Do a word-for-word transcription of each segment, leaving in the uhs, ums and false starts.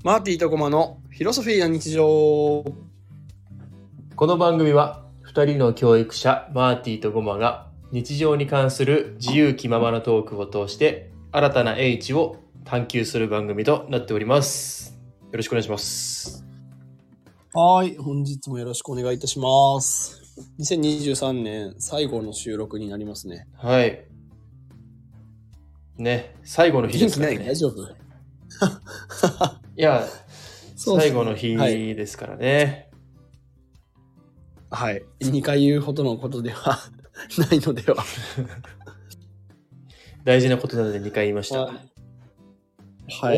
マーティとゴマのフィロソフィーな日常。 この番組はふたりの教育者マーティとゴマが日常に関する自由気ままなトークを通して新たな英知を探求する番組となっております。よろしくお願いします。 はい、本日もよろしくお願いいたします。にせんにじゅうさんねん最後の収録になりますね。 はいね、最後の日ですからね。 元気ない？大丈夫？ いや、 そうですね、 最後の日ですからね。 はい、はい、にかい言うほどのことではないのでは。 大事なことなのでにかい言いました。 はい、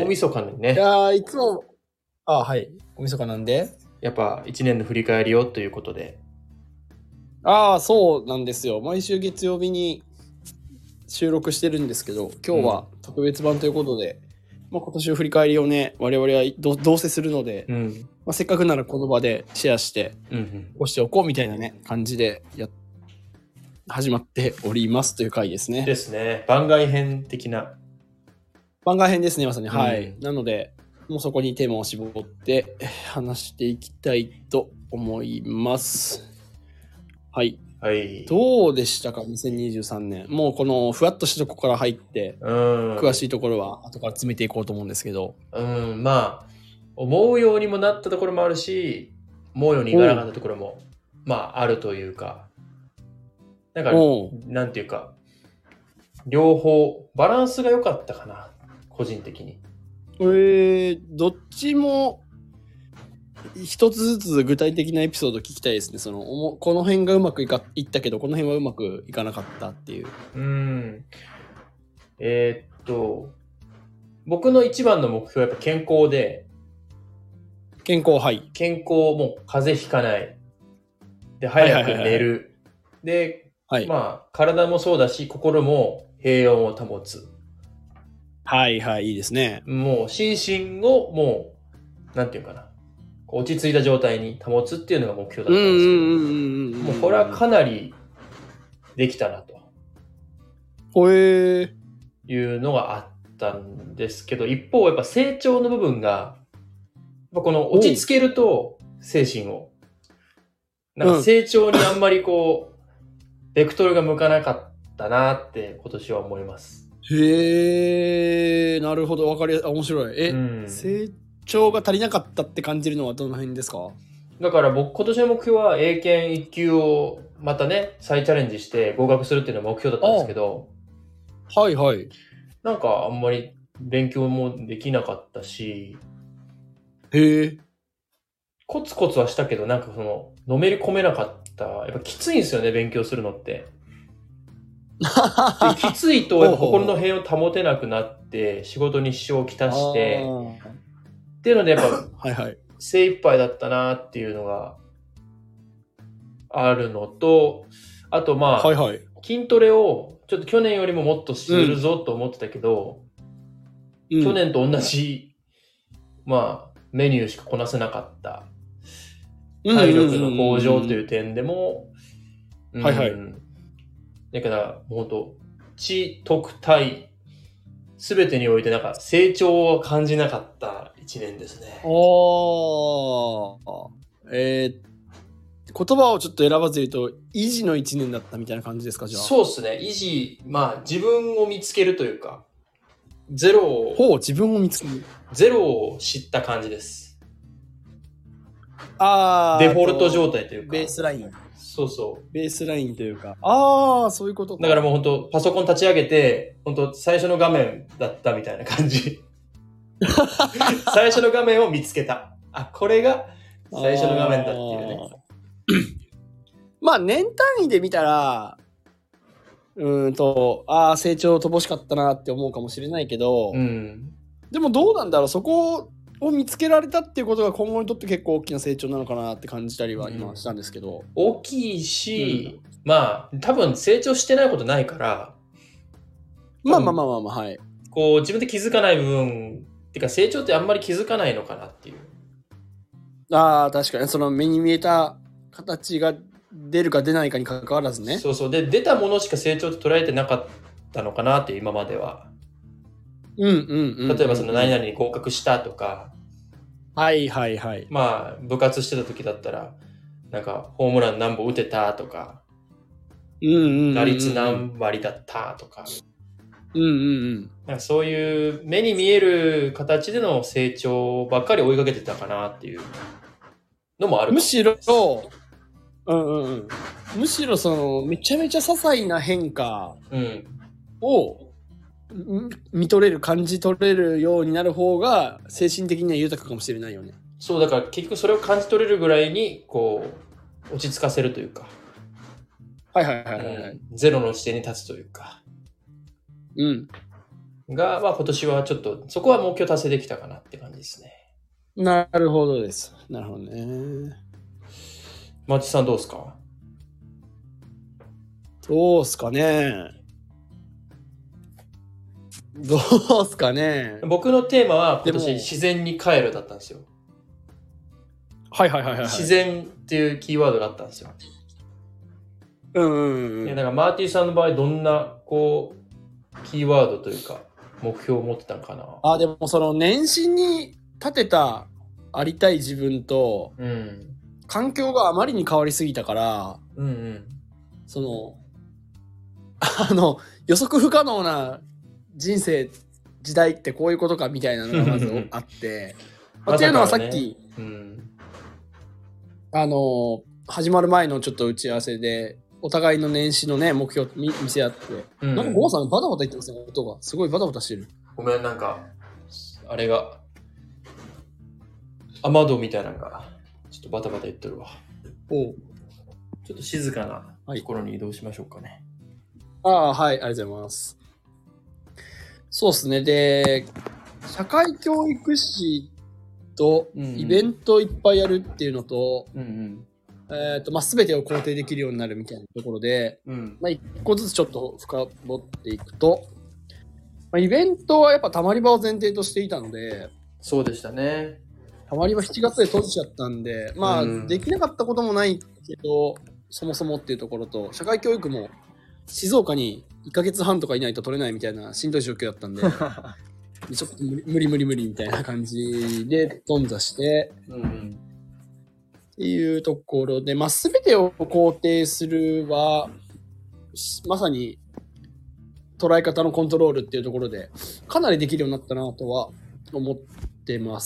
大晦日にね。 いやいつもあはい大晦日なんでやっぱいちねんの振り返りをということで。 ああそうなんですよ。毎週月曜日に収録してるんですけど、今日は特別版ということで、うんまあ、今年の振り返りをね我々は ど, どうせするので、うんまあ、せっかくならこの場でシェアして押しておこうみたいなね感じでや始まっておりますという回ですね。 ですね。番外編的な番外編ですねまさに、うん、はいなのでもうそこにテーマを絞って話していきたいと思います。はい、はい、どうでしたかにせんにじゅうさんねん。もうこのふわっとしたところから入って詳しいところは後から詰めていこうと思うんですけど、 うんまあ思うようにもなったところもあるし思うようにいかなかったところもまああるというかなんかなんていうか両方バランスが良かったかな個人的に。 えー、どっちも一つずつ具体的なエピソード聞きたいですね。そのこの辺がうまくいかいったけどこの辺はうまくいかなかったっていう。 うんえー、っと僕の一番の目標はやっぱ健康で健康はい健康もう風邪ひかないで早く寝るで、はい、まあ体もそうだし心も平穏を保つ。 はいはいいいですね。 もう心身をもうなんていうかな落ち着いた状態に保つっていうのが目標だったんですけど、もうこれはかなりできたなというのがあったんですけど、一方やっぱ成長の部分がこの落ち着けると精神をなんか成長にあんまりこうベクトルが向かなかったなって今年は思います。 へーなるほどわかりやすい面白いえ、うん、成長が足りなかったって感じるのはどの辺ですか？ だから僕今年の目標は英検いっ級をまたね再チャレンジして合格するっていうのが目標だったんですけど、 はいはいなんかあんまり勉強もできなかったし、 へえコツコツはしたけどなんかそののめり込めなかった。やっぱきついんですよね勉強するのってできついとやっぱ心の平穏を保てなくなって仕事に支障をきたしてっていうのでやっぱはい、はい、精一杯だったなっていうのがあるのと、あとまあ、はいはい、筋トレをちょっと去年よりももっとするぞと思ってたけど、うん、去年と同じ、まあ、メニューしかこなせなかった体力の向上という点でも、はいはい。だからもう本当知徳体すべてにおいてなんか成長を感じなかった一年ですね。 おーえー、言葉をちょっと選ばず言うと維持の一年だったみたいな感じですか？じゃあそうですね維持まあ自分を見つけるというかゼロをほう自分を見つけるゼロを知った感じです。 あデフォルト状態というかベースラインそうそうベースラインというかああそういうことか。 だからもう本当パソコン立ち上げて本当最初の画面だったみたいな感じ最初の画面を見つけたあこれが最初の画面だっていうねまあ年単位で見たらうーんとああ成長乏しかったなって思うかもしれないけど、うん、でもどうなんだろうそこを見つけられたっていうことが今後にとって結構大きな成長なのかなって感じたりは今したんですけど、 うん、大きいし、うん、まあ多分成長してないことないからまあまあまあまあまあはいこう自分で気づかない部分っていうか成長ってあんまり気づかないのかなっていうああ確かにその目に見えた形が出るか出ないかに関わらずねそうそうで出たものしか成長と捉えてなかったのかなっていう今まではうんうんうん、うん、 例えばその何々に合格したとかはいはいはい。 まあ、部活してた時だったら、なんか、ホームラン何本打てたとか、 うんうんうんうんうん、 打率何割だったとか、 うんうんうん。 なんかそういう目に見える形での成長ばっかり追いかけてたかなっていうのもあるかもしむしれないです。 ろ、うんうんうん。むしろその、めちゃめちゃ些細な変化うん。 を、ん見とれる、感じ取れるようになる方が、精神的には豊かかもしれないよね。 そう、だから結局それを感じ取れるぐらいに、こう、落ち着かせるというか、 はいはいはいはい、はいうん、ゼロの地点に立つというか、 うん。 が、まあ今年はちょっと、そこは目標達成できたかなって感じですね。 なるほどです。なるほどね。 マッチさんどうですか？ どうすかね。どうすかね。 僕のテーマは今年でも自然に帰るだったんですよ。 はいはいはいはい、はい。 自然っていうキーワードがあったんですよ。 うんうんうん。 いやだからマーティさんの場合どんなこうキーワードというか目標を持ってたのかな。 あ、でもその年始に立てたありたい自分と、 うん。 環境があまりに変わりすぎたから、 うんうん。 その、あの、予測不可能な人生、時代ってこういうことかみたいなのがまずあって、まあ、っていうのはさっき、 うん、 あの、始まる前のちょっと打ち合わせで、お互いの年始のね、目標見見せ合って、うん、なんかゴーさんバタバタ言ってますね、音が。すごいバタバタしてる。 ごめん、なんか、あれが、雨戸みたいなのが、ちょっとバタバタ言ってるわ。おう。ちょっと静かなところに移動しましょうかね。 はい、ああ、はい、ありがとうございます。そうですね。で、社会教育士とイベントいっぱいやるっていうのと、うんうんえーとまあ、全てを肯定できるようになるみたいなところで、うんまあ、一個ずつちょっと深掘っていくと、まあ、イベントはやっぱたまり場を前提としていたので、 そうでしたね。 たまり場しちがつで閉じちゃったんで、まあ、うん、できなかったこともないけど、そもそもっていうところと、社会教育も静岡にいっかげつはんとかいないと取れないみたいなしんどい状況だったんで、ちょっと無理無理無理みたいな感じで頓挫して、うん、っていうところで、まあ、全てを肯定するは、まさに捉え方のコントロールっていうところで、かなりできるようになったなとは思ってます。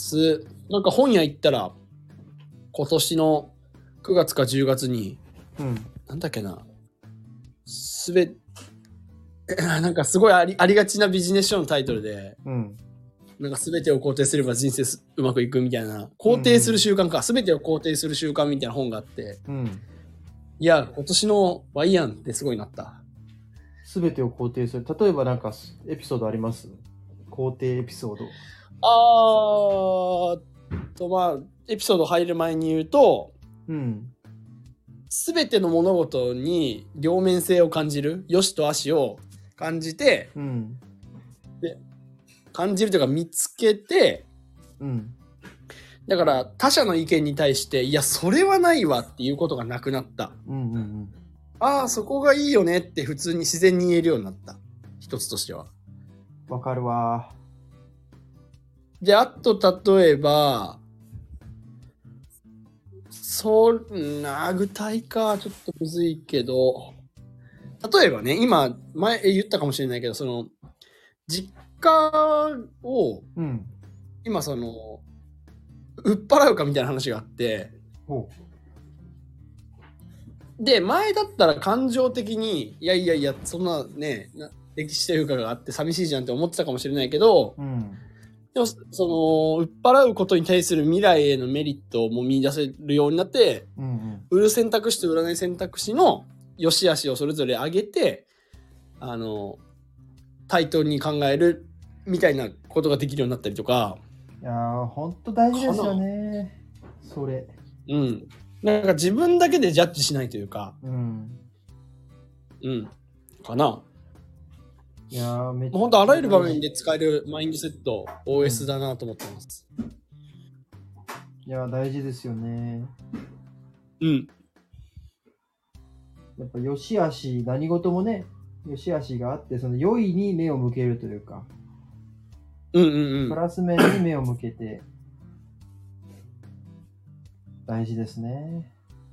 なんか本屋行ったら、今年のくがつかじゅうがつに、うん、なんだっけな、すべ、なんかすごいあり、ありがちなビジネス書のタイトルで、うん、なんか全てを肯定すれば人生うまくいくみたいな、肯定する習慣か、全てを肯定する習慣みたいな本があって、うん、いや、今年のはいいやんってすごいなった。 全てを肯定する。例えばなんかエピソードあります？肯定エピソード。 あーと、まあ、エピソード入る前に言うと、うん。全ての物事に両面性を感じる、良しと悪しを感じて、うん、で感じるというか見つけて、うん、だから他者の意見に対していやそれはないわっていうことがなくなった、うんうんうん、ああそこがいいよねって普通に自然に言えるようになった一つとしては。 わかるわ。 であと例えばそうな具体かちょっとむずいけど、例えばね今前言ったかもしれないけどその実家を、うん、今その売っ払うかみたいな話があって、で前だったら感情的にいやいやいやそんなね歴史というかがあって寂しいじゃんって思ってたかもしれないけど、うん、でもその売っ払うことに対する未来へのメリットも見出せるようになって、うんうん、売る選択肢と売らない選択肢の良し悪しをそれぞれ上げてあの対等に考えるみたいなことができるようになったりとか。 いやーほんと大事ですよねそれ。 うんなんか自分だけでジャッジしないというかうんうんかな。いやーめっちゃほんとあらゆる場面で使えるマインドセット オーエス だなと思ってます、うん、 いやー大事ですよね。 うんやっぱ良し悪し何事もね良し悪しがあってその良いに目を向けるというか、 うんうんうん、 プラス面に目を向けて大事ですね。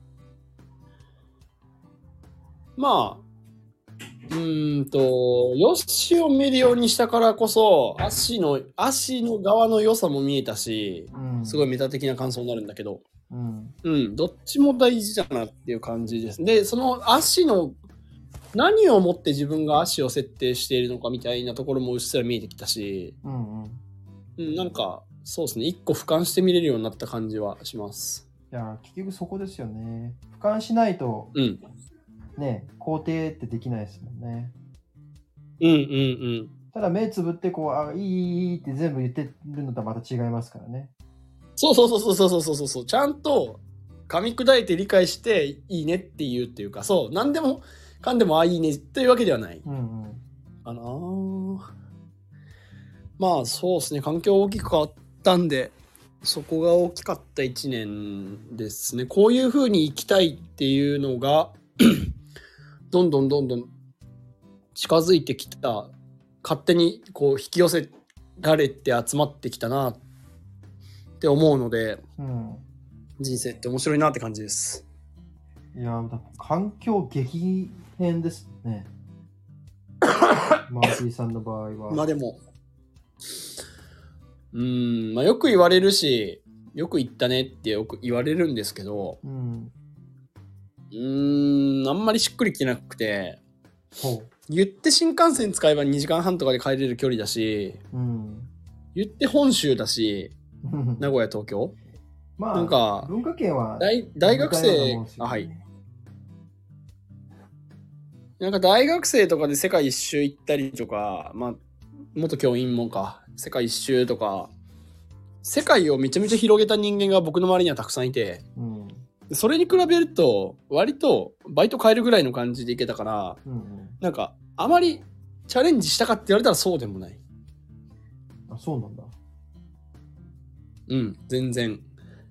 まあ、うーんと、ヨッシーを見るようにしたからこそ、足の、足の側の良さも見えたし、 うん、 すごいメタ的な感想になるんだけど、 うん、 うん、どっちも大事だなっていう感じです。で、その足の、何をもって自分が足を設定しているのかみたいなところもうっすら見えてきたし、 うんうん。 うん、なんか、そうですね、一個俯瞰して見れるようになった感じはします。 いや、結局そこですよね。俯瞰しないと、 うん。 ね、肯定ってできないですもんね。 うんうんうん。 ただ目つぶってこう、あ、いいいいいいって全部言ってるのとはまた違いますからね。 そうそうそうそうそうそうそうそう。ちゃんと噛み砕いて理解していいねっていうっていうか、そう、何でもかんでもあいいねというわけではない。 うんうん。 かなぁ。まあそうですね、環境大きく変わったんで、そこが大きかったいちねんですね。こういう風に生きたいっていうのが、どんどんどんどん近づいてきた、勝手にこう引き寄せられて集まってきたなって思うので、 うん、 人生って面白いなって感じです。 いや、環境激変ですね。マーティさんの場合は。 まあでも、うーん、まあよく言われるし、よく言ったねってよく言われるんですけど、 うん、 うーん、あんまりしっくりきてなくて、 ほ言って新幹線使えばにじかんはんとかで帰れる距離だし、 う。うん。 言って本州だし、名古屋、東京。 まあ、 なんか文化圏は大、大学生、あ、はい。なんか大学生とかで世界一周行ったりとか、まあ、元教員もか、世界一周とか、世界をめちゃめちゃ広げた人間が僕の周りにはたくさんいて、 うん、 それに比べると、割とバイト変えるぐらいの感じで行けたから、 うんうん、 なんか、あまりチャレンジしたかって言われたらそうでもない。 あ、そうなんだ。 うん、全然。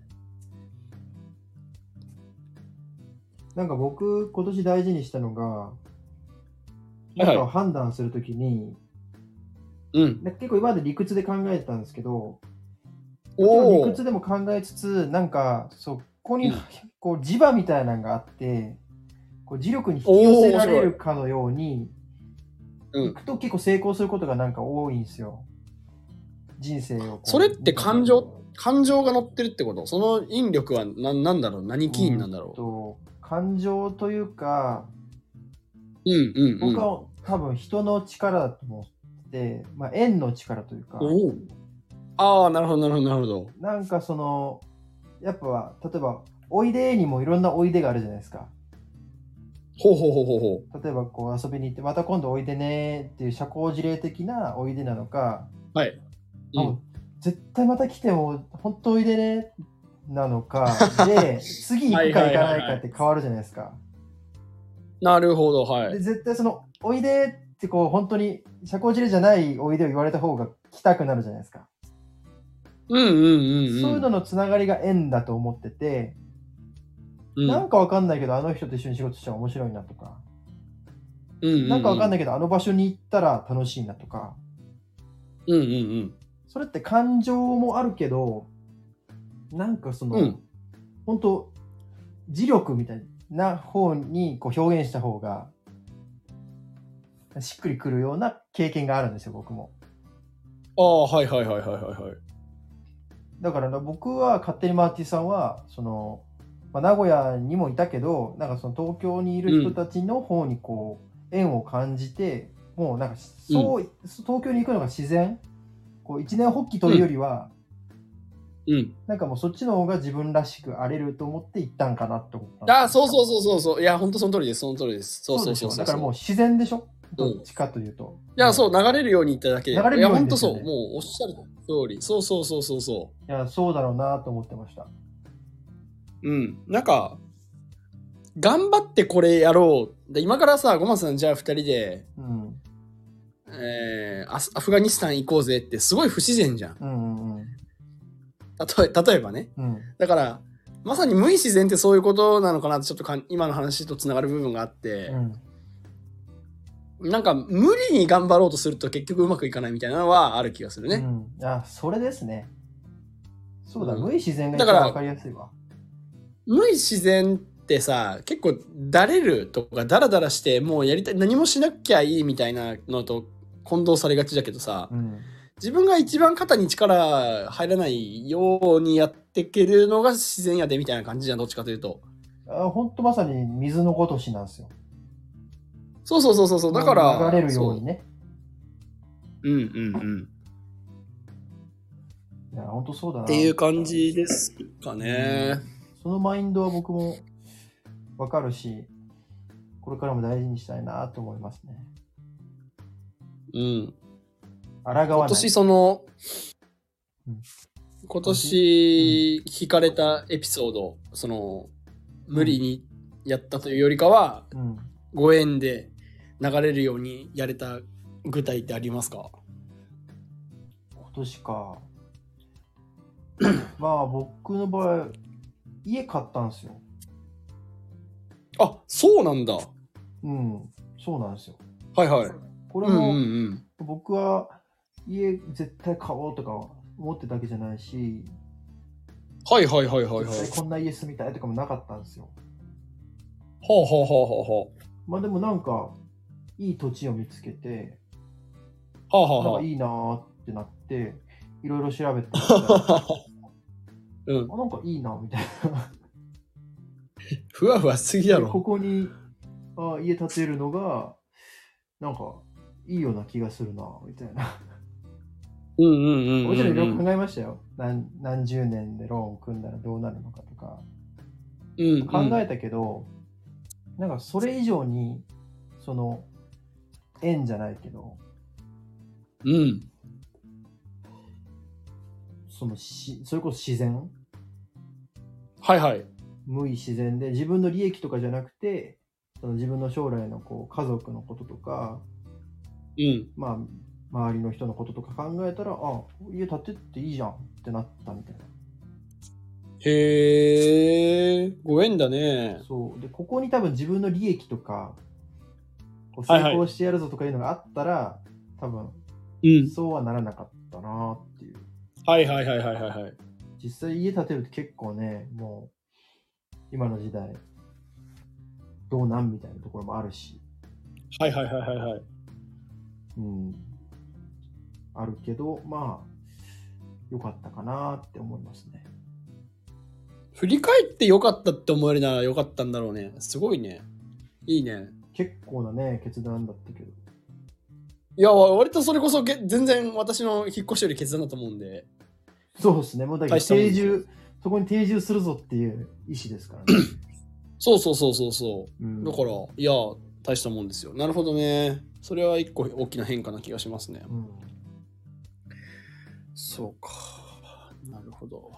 なんか僕、今年大事にしたのが、何かを判断するときに、 うん。 結構今まで理屈で考えてたんですけど、もちろん理屈でも考えつつ、なんかそこに、うん、こう磁場みたいなのがあって、こう磁力に引き寄せられるかのように、いくと結構成功することがなんか多いんですよ。人生を。 それって感情、感情が乗ってるってこと？その引力は何なんだろう？何起因なんだろう？ と感情というか、 うんうんうん、 僕は多分人の力だと思って、まあ、縁の力というか。 ああ、なるほどなるほどなるほど。 なんかそのやっぱ例えばおいでにもいろんなおいでがあるじゃないですか。 ほうほうほうほうほう。例えばこう遊びに行ってまた今度おいでねっていう社交辞令的なおいでなのか。 はい。 うん、絶対また来ても本当おいでねなのかで次行くか行かないかって変わるじゃないですか。 なるほど、はい。 で絶対そのおいでってこう本当に社交辞令じゃないおいでを言われた方が来たくなるじゃないですか。 うんうんうん、うん、 そういうののつながりが縁だと思ってて、うん、なんかわかんないけどあの人と一緒に仕事したら面白いなとか、 うんうんうん、 なんかわかんないけどあの場所に行ったら楽しいなとか、 うんうんうん、 それって感情もあるけど、なんかその、うん、本当磁力みたいな方にこう表現した方がしっくりくるような経験があるんですよ、僕も。 ああ、はいはいはいはいはいはい。 だから僕は勝手にマーティさんはその、まあ、名古屋にもいたけど、なんかその東京にいる人たちの方にこう、うん、縁を感じて、もうなんかそう、うん、東京に行くのが自然、こう一年発起というよりは、 うん、 なんかもうそっちの方が自分らしくあれると思って行ったんかなと思った。 ああ、そうそうそうそうそう、いや本当その通りです、その通りです。そうそうそうそう。 だからもう自然でしょ。どっちかというと。 うん、いや、そう、流れるように言っただけで。 流れるように、ね。 いや、本当そう。もうおっしゃる通り。そうそうそうそうそう。 いや、そうだろうなと思ってました。 うん。なんか、頑張ってこれやろう。で今からさ、ゴマさん、じゃあふたりで、 うん、 えー、アフガニスタン行こうぜってすごい不自然じゃん。 うんうんうん、 例え、例えばね。 うん、 だから、まさに無意自然ってそういうことなのかなってちょっとか今の話とつながる部分があって、うん、なんか無理に頑張ろうとすると結局うまくいかないみたいなのはある気がするね。 うん、あ、それですね。そうだ、うん、無意自然が一番わかりやすいわ。 無意自然ってさ、結構だれるとかダラダラしてもうやりたい何もしなきゃいいみたいなのと混同されがちだけどさ、 うん、 自分が一番肩に力入らないようにやっていけるのが自然やでみたいな感じじゃん、どっちかというと。 あ、ほんとまさに水のごとしなんですよ。 そうそうそうそう、だから流れるようにね。 うんうんうん。 いや、ほんとそうだな。 っていう感じですかね。 そのマインドは僕もわかるし、これからも大事にしたいなと思いますね。 うん。 抗わない。 今年その、 うん、 今年聞かれたエピソード、その、無理にやったというよりかは、 うん、 ご縁で流れるようにやれた具体ってありますか？ 今年か。まあ僕の場合、家買ったんですよ。 あ、そうなんだ。 うん、そうなんですよ。 はいはい。 これも、 うんうんうん、 僕は家絶対買おうとか思ってたわけじゃないし、 はいはいはいはいはい。 絶対こんな家住みたいとかもなかったんですよ。 はあはあはあはあ。 まあでもなんか、いい土地を見つけて、 はあはあはあ。 なんかいいなーってなって、いろいろ調べてみたら、うん、あ、なんかいいなみたいな。 ふわふわすぎだろ。 ここにあ家建てるのが、なんかいいような気がするなみたいな。 うんうんうんうん、うん。 もちろんいろいろ考えましたよ。何、何十年でローン組んだらどうなるのかとか。うんうん、考えたけど、なんかそれ以上に、その、縁じゃないけど、 うん。 そのし、それこそ自然、 はいはい。 無意自然で自分の利益とかじゃなくて、その自分の将来のこう家族のこととか、 うん、 まあ周りの人のこととか考えたら、あ、家建てっていいじゃんってなったみたいな。 へえ、ご縁だね。 そうで、ここに多分自分の利益とか、こう成功してやるぞとかいうのがあったら、はいはい、多分、うん、そうはならなかったなっていう。 はいはいはいはいはいはい。 実際家建てるって結構ね、もう今の時代どうなんみたいなところもあるし。 はいはいはいはいはい。 うん。あるけど、まあ良かったかなって思いますね。 振り返って良かったって思えるなら良かったんだろうね。すごいね。いいね。 結構なね、決断だったけど。 いや、割とそれこそ全然私の引っ越しより決断だと思うんで。 そうですね。もうだから定住、そこに定住するぞっていう意思ですからね。 そうそうそうそうそう。うん、だから、いや、大したもんですよ。なるほどね。それは一個大きな変化な気がしますね。うん、そうか。なるほど。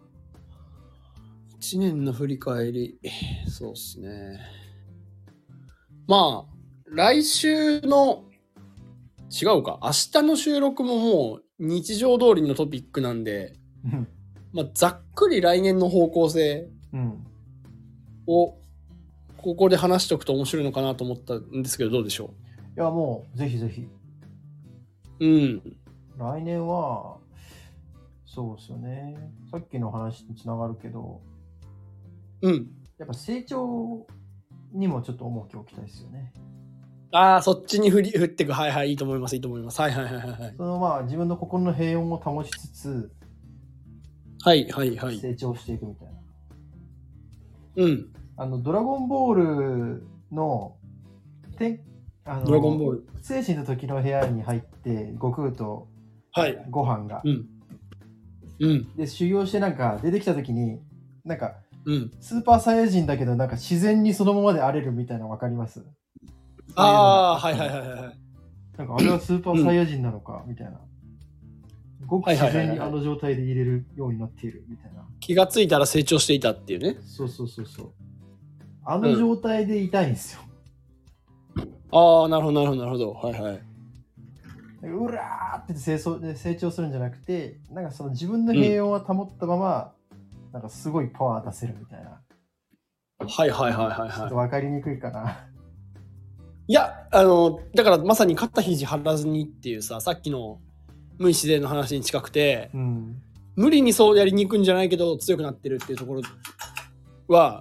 一年の振り返り、そうですね。まあ、来週の、違うか、明日の収録ももう日常通りのトピックなんで、まあ、ざっくり来年の方向性をここで話しておくと面白いのかなと思ったんですけど、どうでしょう？いや、もうぜひぜひ。 うん。 来年は、そうですよね。さっきの話につながるけど、 うん。 やっぱ成長にもちょっと重きを置きたいですよね。 ああ、そっちに振り振っていく。はいはい、いいと思います、いいと思います。はいはいはいはい。 そのまあ自分の心の平穏を保ちつつ、 はいはいはい。 成長していくみたいな。 うん。 あの、ドラゴンボールの、てあのドラゴンボール。 精神の時の部屋に入って、悟空とご飯が。 はい、うん。うん。 で、修行してなんか出てきた時に、なんか、 うん、 スーパーサイヤ人だけど、なんか自然にそのままで荒れるみたいなの分かります？ ああ、はいはいはいはい。 なんかあれはスーパーサイヤ人なのか、うん、みたいな。ごく自然にあの状態で入れるようになっているみたいな。 気がついたら成長していたっていうね。 そうそうそうそう。あの状態でいたいんですよ。 うん、ああ、なるほどなるほどなるほど。はいはい。 うらーって成長で成長するんじゃなくて、なんかその自分の平穏は保ったまま、うん、なんかすごいパワー出せるみたいな。 はいはいはいはいはい。 ちょっと分かりにくいかな。 いや、あの、だからまさに肩肘張らずにっていうさ、さっきの無意自然の話に近くて、 うん、 無理にそうやりに行くんじゃないけど強くなってるっていうところは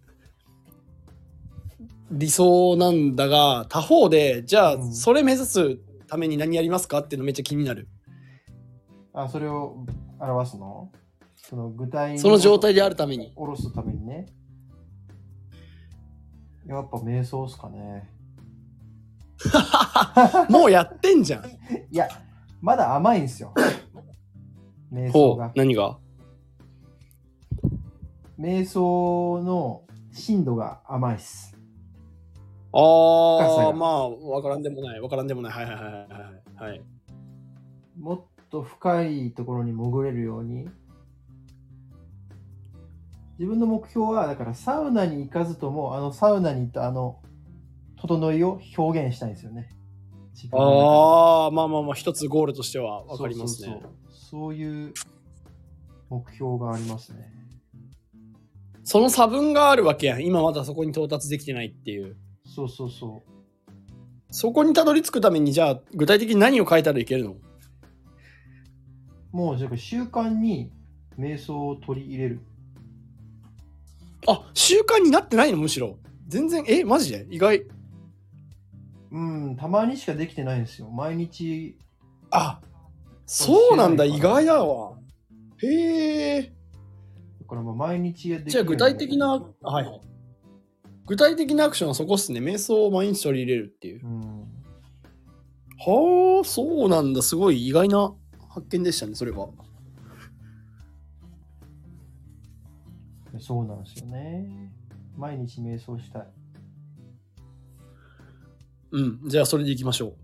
理想なんだが、他方でじゃあそれ目指すために何やりますかっていうのめっちゃ気になる。 あ、それを表すの？その具体その状態であるために。 下ろすためにね。やっぱ瞑想っすかね。 もうやってんじゃん。 いや、まだ甘いんですよ。瞑想がほう。。何が？ 瞑想の深度が甘いっす。 ああ、 深さがまあ、わからんでもない。わからんでもない。はいはいはいはい。はい。 もっと深いところに潜れるように。自分の目標は、だからサウナに行かずとも、あのサウナに行ったあの、整いを表現したいんですよね。自分の中でああ、まあまあまあ、一つゴールとしてはわかりますね。 そうそうそう。そういう目標がありますね。 その差分があるわけやん。今まだそこに到達できてないっていう。 そうそうそそこにたどり着くために、じゃあ、具体的に何を書いたらいけるの？ う。もう、じゃあ習慣に瞑想を取り入れる。 あ、習慣になってないの？むしろ。全然、え、マジで意外。 うん、たまにしかできてないんですよ。毎日。 あ、そうなんだ。意してないから外だわ。へえ。 だからまあ毎日できる。 じゃあ具体的な、はいはい。具体的なアクションはそこっすね。瞑想を毎日取り入れるっていう。 うん。 はあ、そうなんだ。すごい意外な発見でしたね、それは。 そうなんですよね。毎日瞑想したい。 うん。じゃあそれでいきましょう。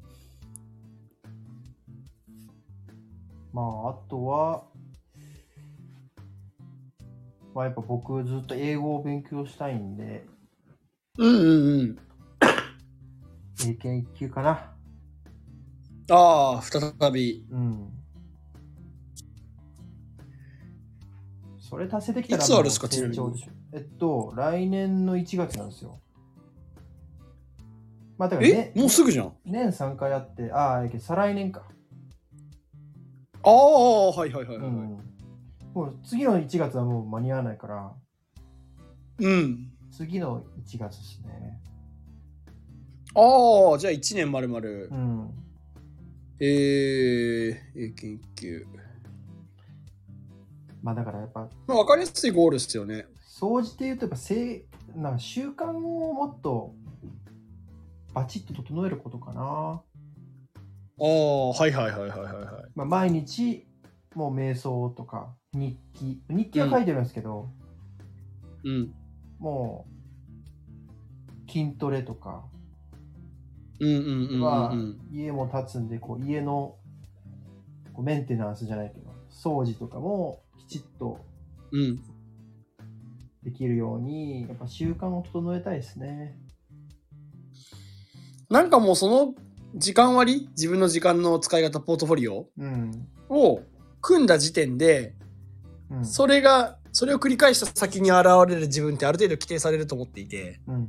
まあ、あとは、まあやっぱ僕ずっと英語を勉強したいんで、 うんうんうん。 英検いっ級かな。 ああ、再び。 うん。それ達成できたらいつあるっすかもう成長でしょ。えっと、来年のいちがつなんですよ。まあだからね、 えもうすぐじゃん。 年さんかいあって、ああ、再来年か。 ああ、はいはいはいはい。 うはいん。もう次のいちがつはもう間に合わないから、 うん。 次のいちがつですね。 ああ、じゃあいちねんまるまるう。ん。 えー、英検いっ級。 まあだからやっぱ、 まあ、分かりやすいゴールですよね。 総じて言うとやっぱせいなんか習慣をもっとバチッと整えることかな。 ああ、はいはいはいはいはいはい。 まあ、毎日もう瞑想とか日記日記は書いてるんですけど、 うん。 もう筋トレとかうんうんうんうん、 はうん。 家も建つんでこう家のこうメンテナンスじゃないけど掃除とかもきちっとうん。 できるようにやっぱ習慣を整えたいですね。 なんかもうその時間割、自分の時間の使い方、ポートフォリオうん。 を組んだ時点で、 うん。 それが、それを繰り返した先に現れる自分ってある程度規定されると思っていて、 うん。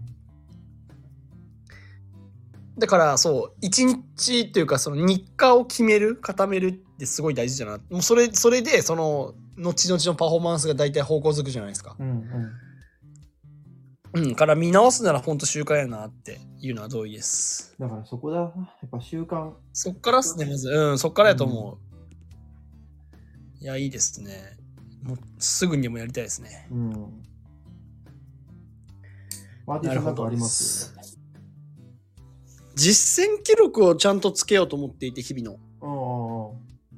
だからそう、一日っていうかその日課を決める、固めるってすごい大事だな。もうそれ、それでその、後々のパフォーマンスが大体方向づくじゃないですか。 うん。うんうん、から見直すならほんと習慣やなっていうのは同意です。 だからそこだやっぱ習慣。 そっからっすね、まず。うん、そっからやと思う。いや、いいですね。もうすぐにでもやりたいですね。 うん。マーティさんなんかあります？ 実践記録をちゃんとつけようと思っていて、日々 うんの。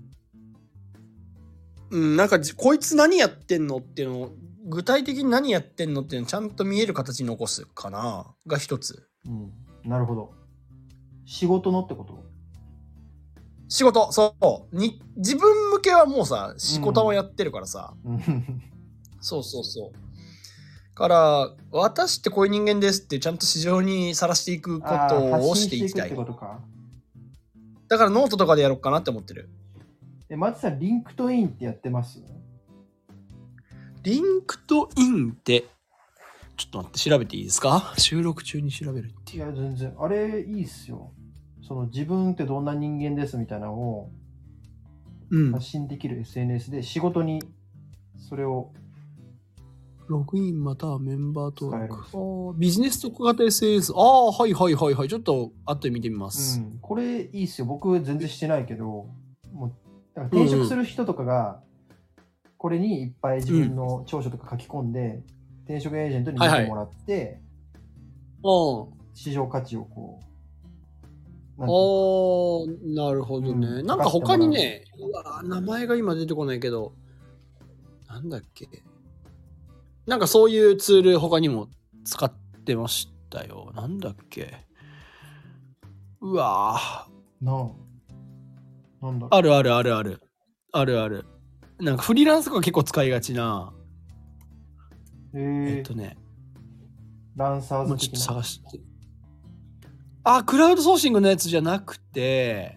うん、なんかじこいつ何やってんのっていうのを、具体的に何やってんのっていうのをちゃんと見える形に残すかなが一つ。 うん。なるほど。仕事のってこと？ 仕事、そうに自分向けはもうさ、仕事をやってるからさ、 うん。 そうそうそうから私ってこういう人間ですってちゃんと市場にさらしていくことをしていきたい。 ってことか。 だからノートとかでやろうかなって思ってる。 え、マツさん、リンクトインってやってます？ リンクトインってちょっと待って調べていいですか？収録中に調べるっていう。 いや、全然。あれ、いいっすよ。その自分ってどんな人間ですみたいなのをうん。 発信できる エスエヌエス で仕事にそれをログインまたはメンバー登録。 使えるんですあービジネス特化型 エスエヌエス。ああ、はいはいはいはい。ちょっと後で見てみまうす。 ん、これいいっすよ。僕全然してないけど、もうだから転職する人とかが、これにいっぱい自分の長所とか書き込んで、転職エージェントに見てもらって、 うん。 市場価値をこう、なんていうかおー、なるほどね。 うんなんか他にね、うわ名前が今出てこないけど、なんだっけ。なんかそういうツール他にも使ってましたよ。なんだっけ。うわなあ。なんだろあるあるあるある。あるある。なんかフリーランスとか結構使いがちな。 う。えーえっとね、 ランサーもうちょっとズ的な。 探して。あ、クラウドソーシングのやつじゃなくて、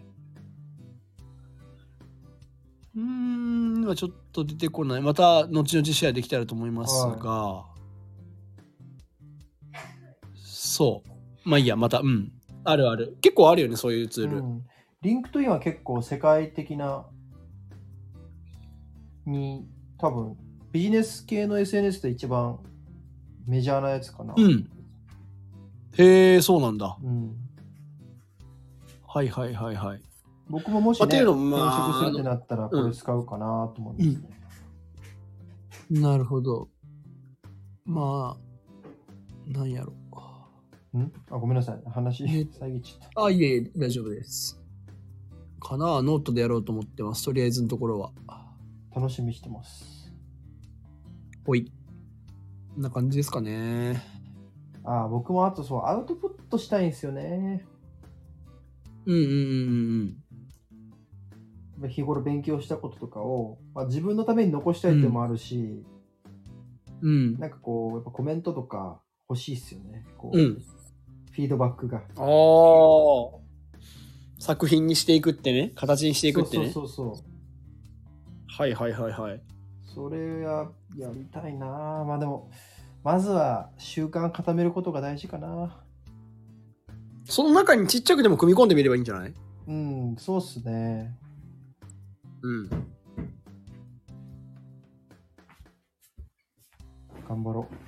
うーん、今ちょっと出てこない。また後々シェアできたらと思いますが、そう。まあいいや、また、うん。あるある。結構あるよね、そういうツール。 うん、リンクトインは結構世界的なに多分ビジネス系の エスエヌエス で一番メジャーなやつかな。 うん。へえ、そうなんだ。 うん、 はいはいはいはい。 僕ももしね、 まあっていうのもまあ転職するってなったらこれ使うかなと思いますね。 なるほど。まあ、なんやろ。 んあ、ごめんなさい。話ね遮っちゃった。 あ、いえいえ、大丈夫です。かな、ノートでやろうと思ってます。とりあえずのところは。 楽しみにしてます。 ほい。こんな感じですかね。 あ、僕もあとそう、アウトプットしたいんですよね。 うんうんうんうん。 日頃勉強したこととかを、まあ、自分のために残したいっていうのもあるし、 うん。 なんかこう、やっぱコメントとか欲しいっすよね。こう、 うん。 フィードバックが。 ああ。作品にしていくってね。形にしていくってね。 そうそうそうそう。 はいはいはいはい。 それはやりたいな。まあでも、まずは習慣固めることが大事かな。 その中にちっちゃくでも組み込んでみればいいんじゃない？ うん、そうっすね。 うん。 頑張ろ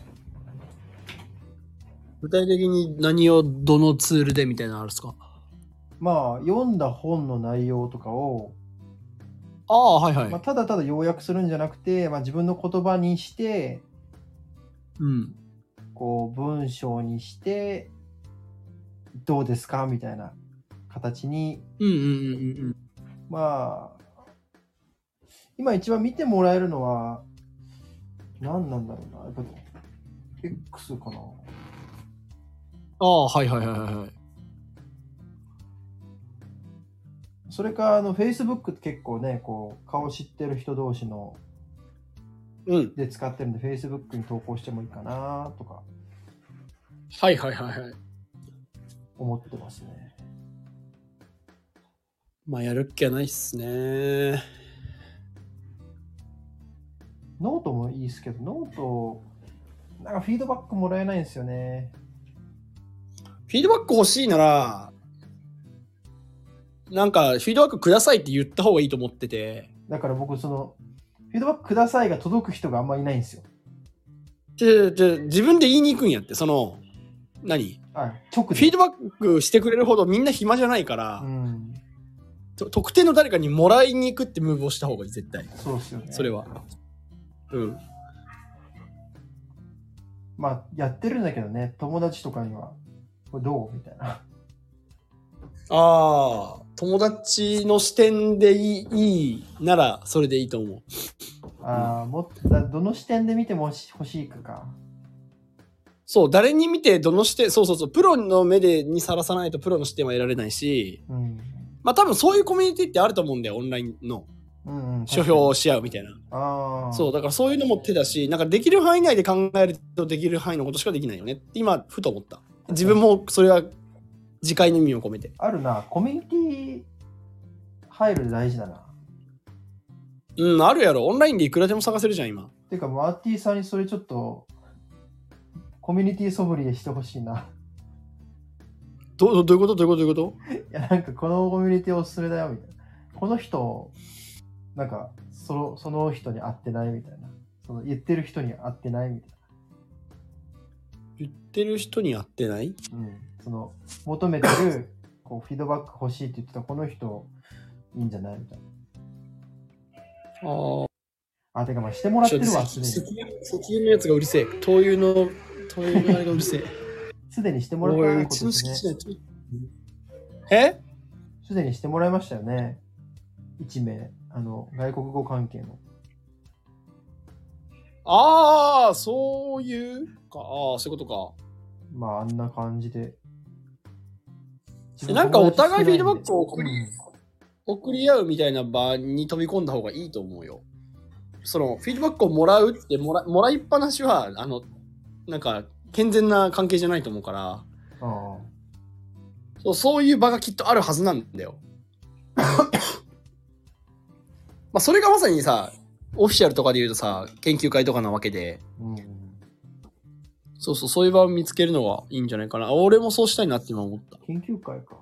具体的に何をどのツールでみたいなのあるんですか？ う。まあ、読んだ本の内容とかを、 ああ、はいはい。 まあ、ただただ要約するんじゃなくて、まあ、自分の言葉にして、 うん。 こう、文章にして、どうですかみたいな形に、 うんうんうんうんまあ、今一番見てもらえるのは、何なんだろうな。やっぱ X かな。 ああ、はいはいはいはいはい。 それか、あの、Facebook って結構ね、こう、顔知ってる人同士の、 うん。 で使ってるんで、Facebook に投稿してもいいかなとかはいはいはいはい。 思ってますね。 まあやるっきゃないっすね。 ノートもいいですけど、ノート、なんかフィードバックもらえないんですよね。 フィードバック欲しいなら、なんかフィードバックくださいって言った方がいいと思ってて。 だから僕、その、フィードバックくださいが届く人があんまりいないんですよ。 でで自分で言いに行くんやって、その、何はい、直で。 フィードバックしてくれるほどみんな暇じゃないから、 うん、 と特定の誰かにもらいに行くってムーブをした方がいい、絶対。 そうっすよね。 それは。うん。 まあ、やってるんだけどね、友達とかには、これどうみたいな。 ああ、友達の視点でいい、いいならそれでいいと思う。 ああ、もっとだどの視点で見ても欲し欲しいかか。 そう、誰に見てどの視点、そうそうそう、プロの目でにさらさないとプロの視点は得られないし、 うん。 まあ多分そういうコミュニティってあると思うんだよ、オンラインの。 うんうん、 書評をし合うみたいな。 ああ。 そう、だからそういうのも手だし、なんかできる範囲内で考えるとできる範囲のことしかできないよねって今、ふと思った。自分もそれは自戒の意味を込めて。 あるな、コミュニティ入る大事だな。 うん、あるやろ。オンラインでいくらでも探せるじゃん、今。 ていうか、マーティーさんにそれちょっと、コミュニティソムリエしてほしいな。 どどどういうことどういうことどういうこといや、なんかこのコミュニティおすすめだよみたいな。この人、なんかそのその人に会ってないみたいな。 その言ってる人に会ってないみたい言ってる人に会ってない？ な。うん。その求めてるこうフィードバック欲しいって言ってたこの人いいんじゃないみたいな。 ああ、てかまあしてもらってるわ、すでに。 石油のやつがうるせえ。灯油の、灯油のあれがうるせえ。 すでにしてもらったおい、 ことうちのですね。 敷地内。え？ すでにしてもらいましたよね。一名。あの、外国語関係の。 ああ、そういうか。ああ、そういうことか。 まあ、あんな感じで。 なんかお互いフィードバックを送り、 うん送り合うみたいな場に飛び込んだ方がいいと思うよ。そのフィードバックをもらうってもらもらいっぱなしはあのなんか健全な関係じゃないと思うから、 ああそう、そういう場がきっとあるはずなんだよ。まあそれがまさにさ、オフィシャルとかで言うとさ、研究会とかなわけで、 うん、 そうそう、そういう場を見つけるのはいいんじゃないかな。俺もそうしたいなって今思った。 研究会か。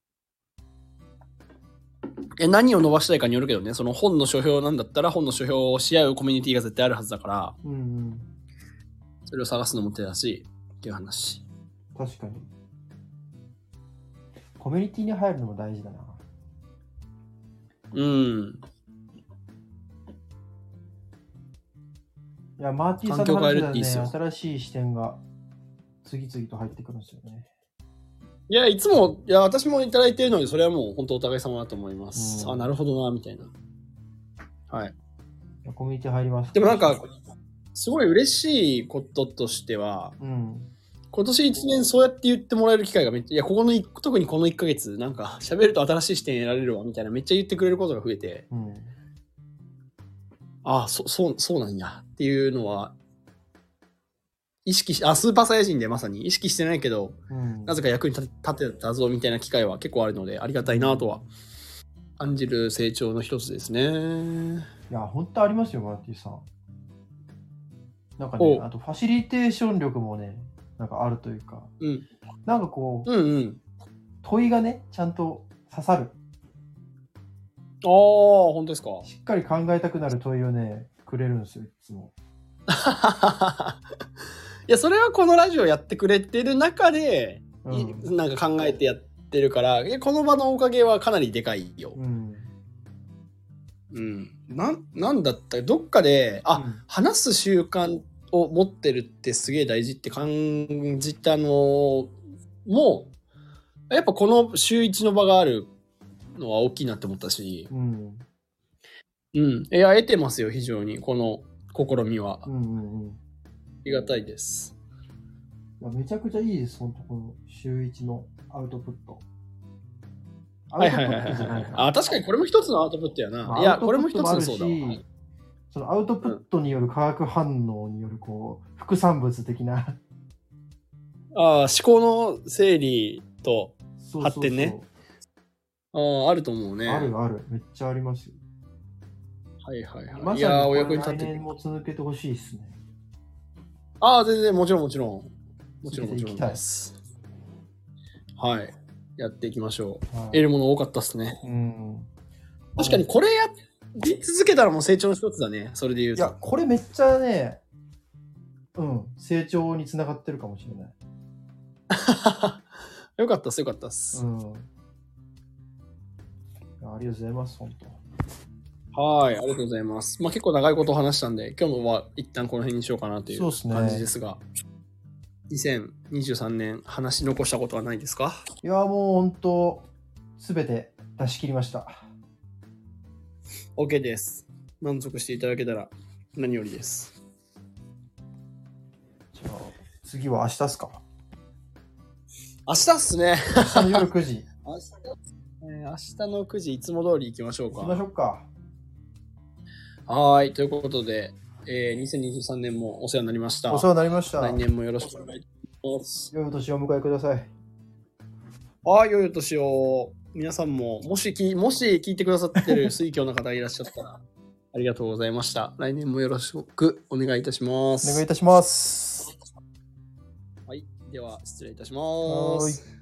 え、何を伸ばしたいかによるけどね、その本の書評なんだったら本の書評をし合うコミュニティが絶対あるはずだから、 うん、うん、 それを探すのも手だしっていう話。 確かに。コミュニティに入るのも大事だな。 うん。 いや、マーティーさんの話だね、新しい視点が次々と入ってくるんですよね。 いや、いつも、いや、私もいただいているので、それはもう本当お互い様だと思います。 うん、 あ、なるほどな、みたいな。はい。 コミュニティ入ります。 でもなんか、すごい嬉しいこととしては、 うん、 今年いちねんそうやって言ってもらえる機会がめっちゃ、いや、ここの、特にこのいっかげつ、なんか、喋ると新しい視点得られるわ、みたいな、めっちゃ言ってくれることが増えて、 うん、 ああ、そ、そう、そうなんや、っていうのは、意識し、あ、スーパーサイヤ人でまさに意識してないけど、 うん、 なぜか役に立てたぞみたいな機会は結構あるので、ありがたいなとは感じる成長の一つですね。 いや、本当ありますよ、マーティさん。なんかね、あとファシリテーション力もね、なんかあるというか、 うん、 なんかこう、 うんうん。 問いがね、ちゃんと刺さる。 ああ、本当ですか。 しっかり考えたくなる問いをね、くれるんですよ、いつも。 いや、それはこのラジオやってくれてる中で、 うん、 なんか考えてやってるから、いやこの場のおかげはかなりでかいよ。 うん。 うん。な、なんだったどっかで、あ、うん、話す習慣を持ってるってすげえ大事って感じたのも、やっぱこの週一の場があるのは大きいなって思ったし、 うん。 うん。いや、得てますよ、非常に、この試みは。 うんうんうん。 ありがたいです。 いやめちゃくちゃいいです、本当この週一のアウトプット。 はいはいはいはい。あ、確かにこれも一つのアウトプットやな。まあ、いや、これも一つのそうだわ。 そのアウトプットによる化学反応によるこう、副産物的な。 ああ、思考の整理と発展ね。そうそうそう、ああ、あると思うね。 あるある。めっちゃありますよ。 はいはいはい。 まさにこれ来年も続けてほしいですね。 ああ、全然もちろんもちろん。もちろんもちろんです。はい。やっていきましょう。はい、得るもの多かったっすね。うん。確かにこれやり続けたらもう成長の一つだね。それで言うと。 いや、これめっちゃね、うん、成長につながってるかもしれない。 よかったっす、よかったっす。うん。 ありがとうございます、本当。 はい、ありがとうございます。まあ結構長いこと話したんで、今日は一旦この辺にしようかなという感じですが、すね、にせんにじゅうさんねん話し残したことはないですか？ いや、もう本当、すべて出し切りました。 OK です。満足していただけたら何よりです。 じゃあ、次は明日っすか？ 明日っすね。 明日の夜くじ。 明日、えー、明日のくじいつも通り行きましょうか。 行きましょうか。 はい。ということで、えー、にせんにじゅうさんねんもお世話になりました。 お世話になりました。 来年もよろしくお願いします。 良いお年をお迎えください。 はい、良いお年を。皆さんも、もしき、もし聞いてくださってる水教の方いらっしゃったら、ありがとうございました。来年もよろしくお願いいたします。 お願いいたします。 はい。では、失礼いたします。はい。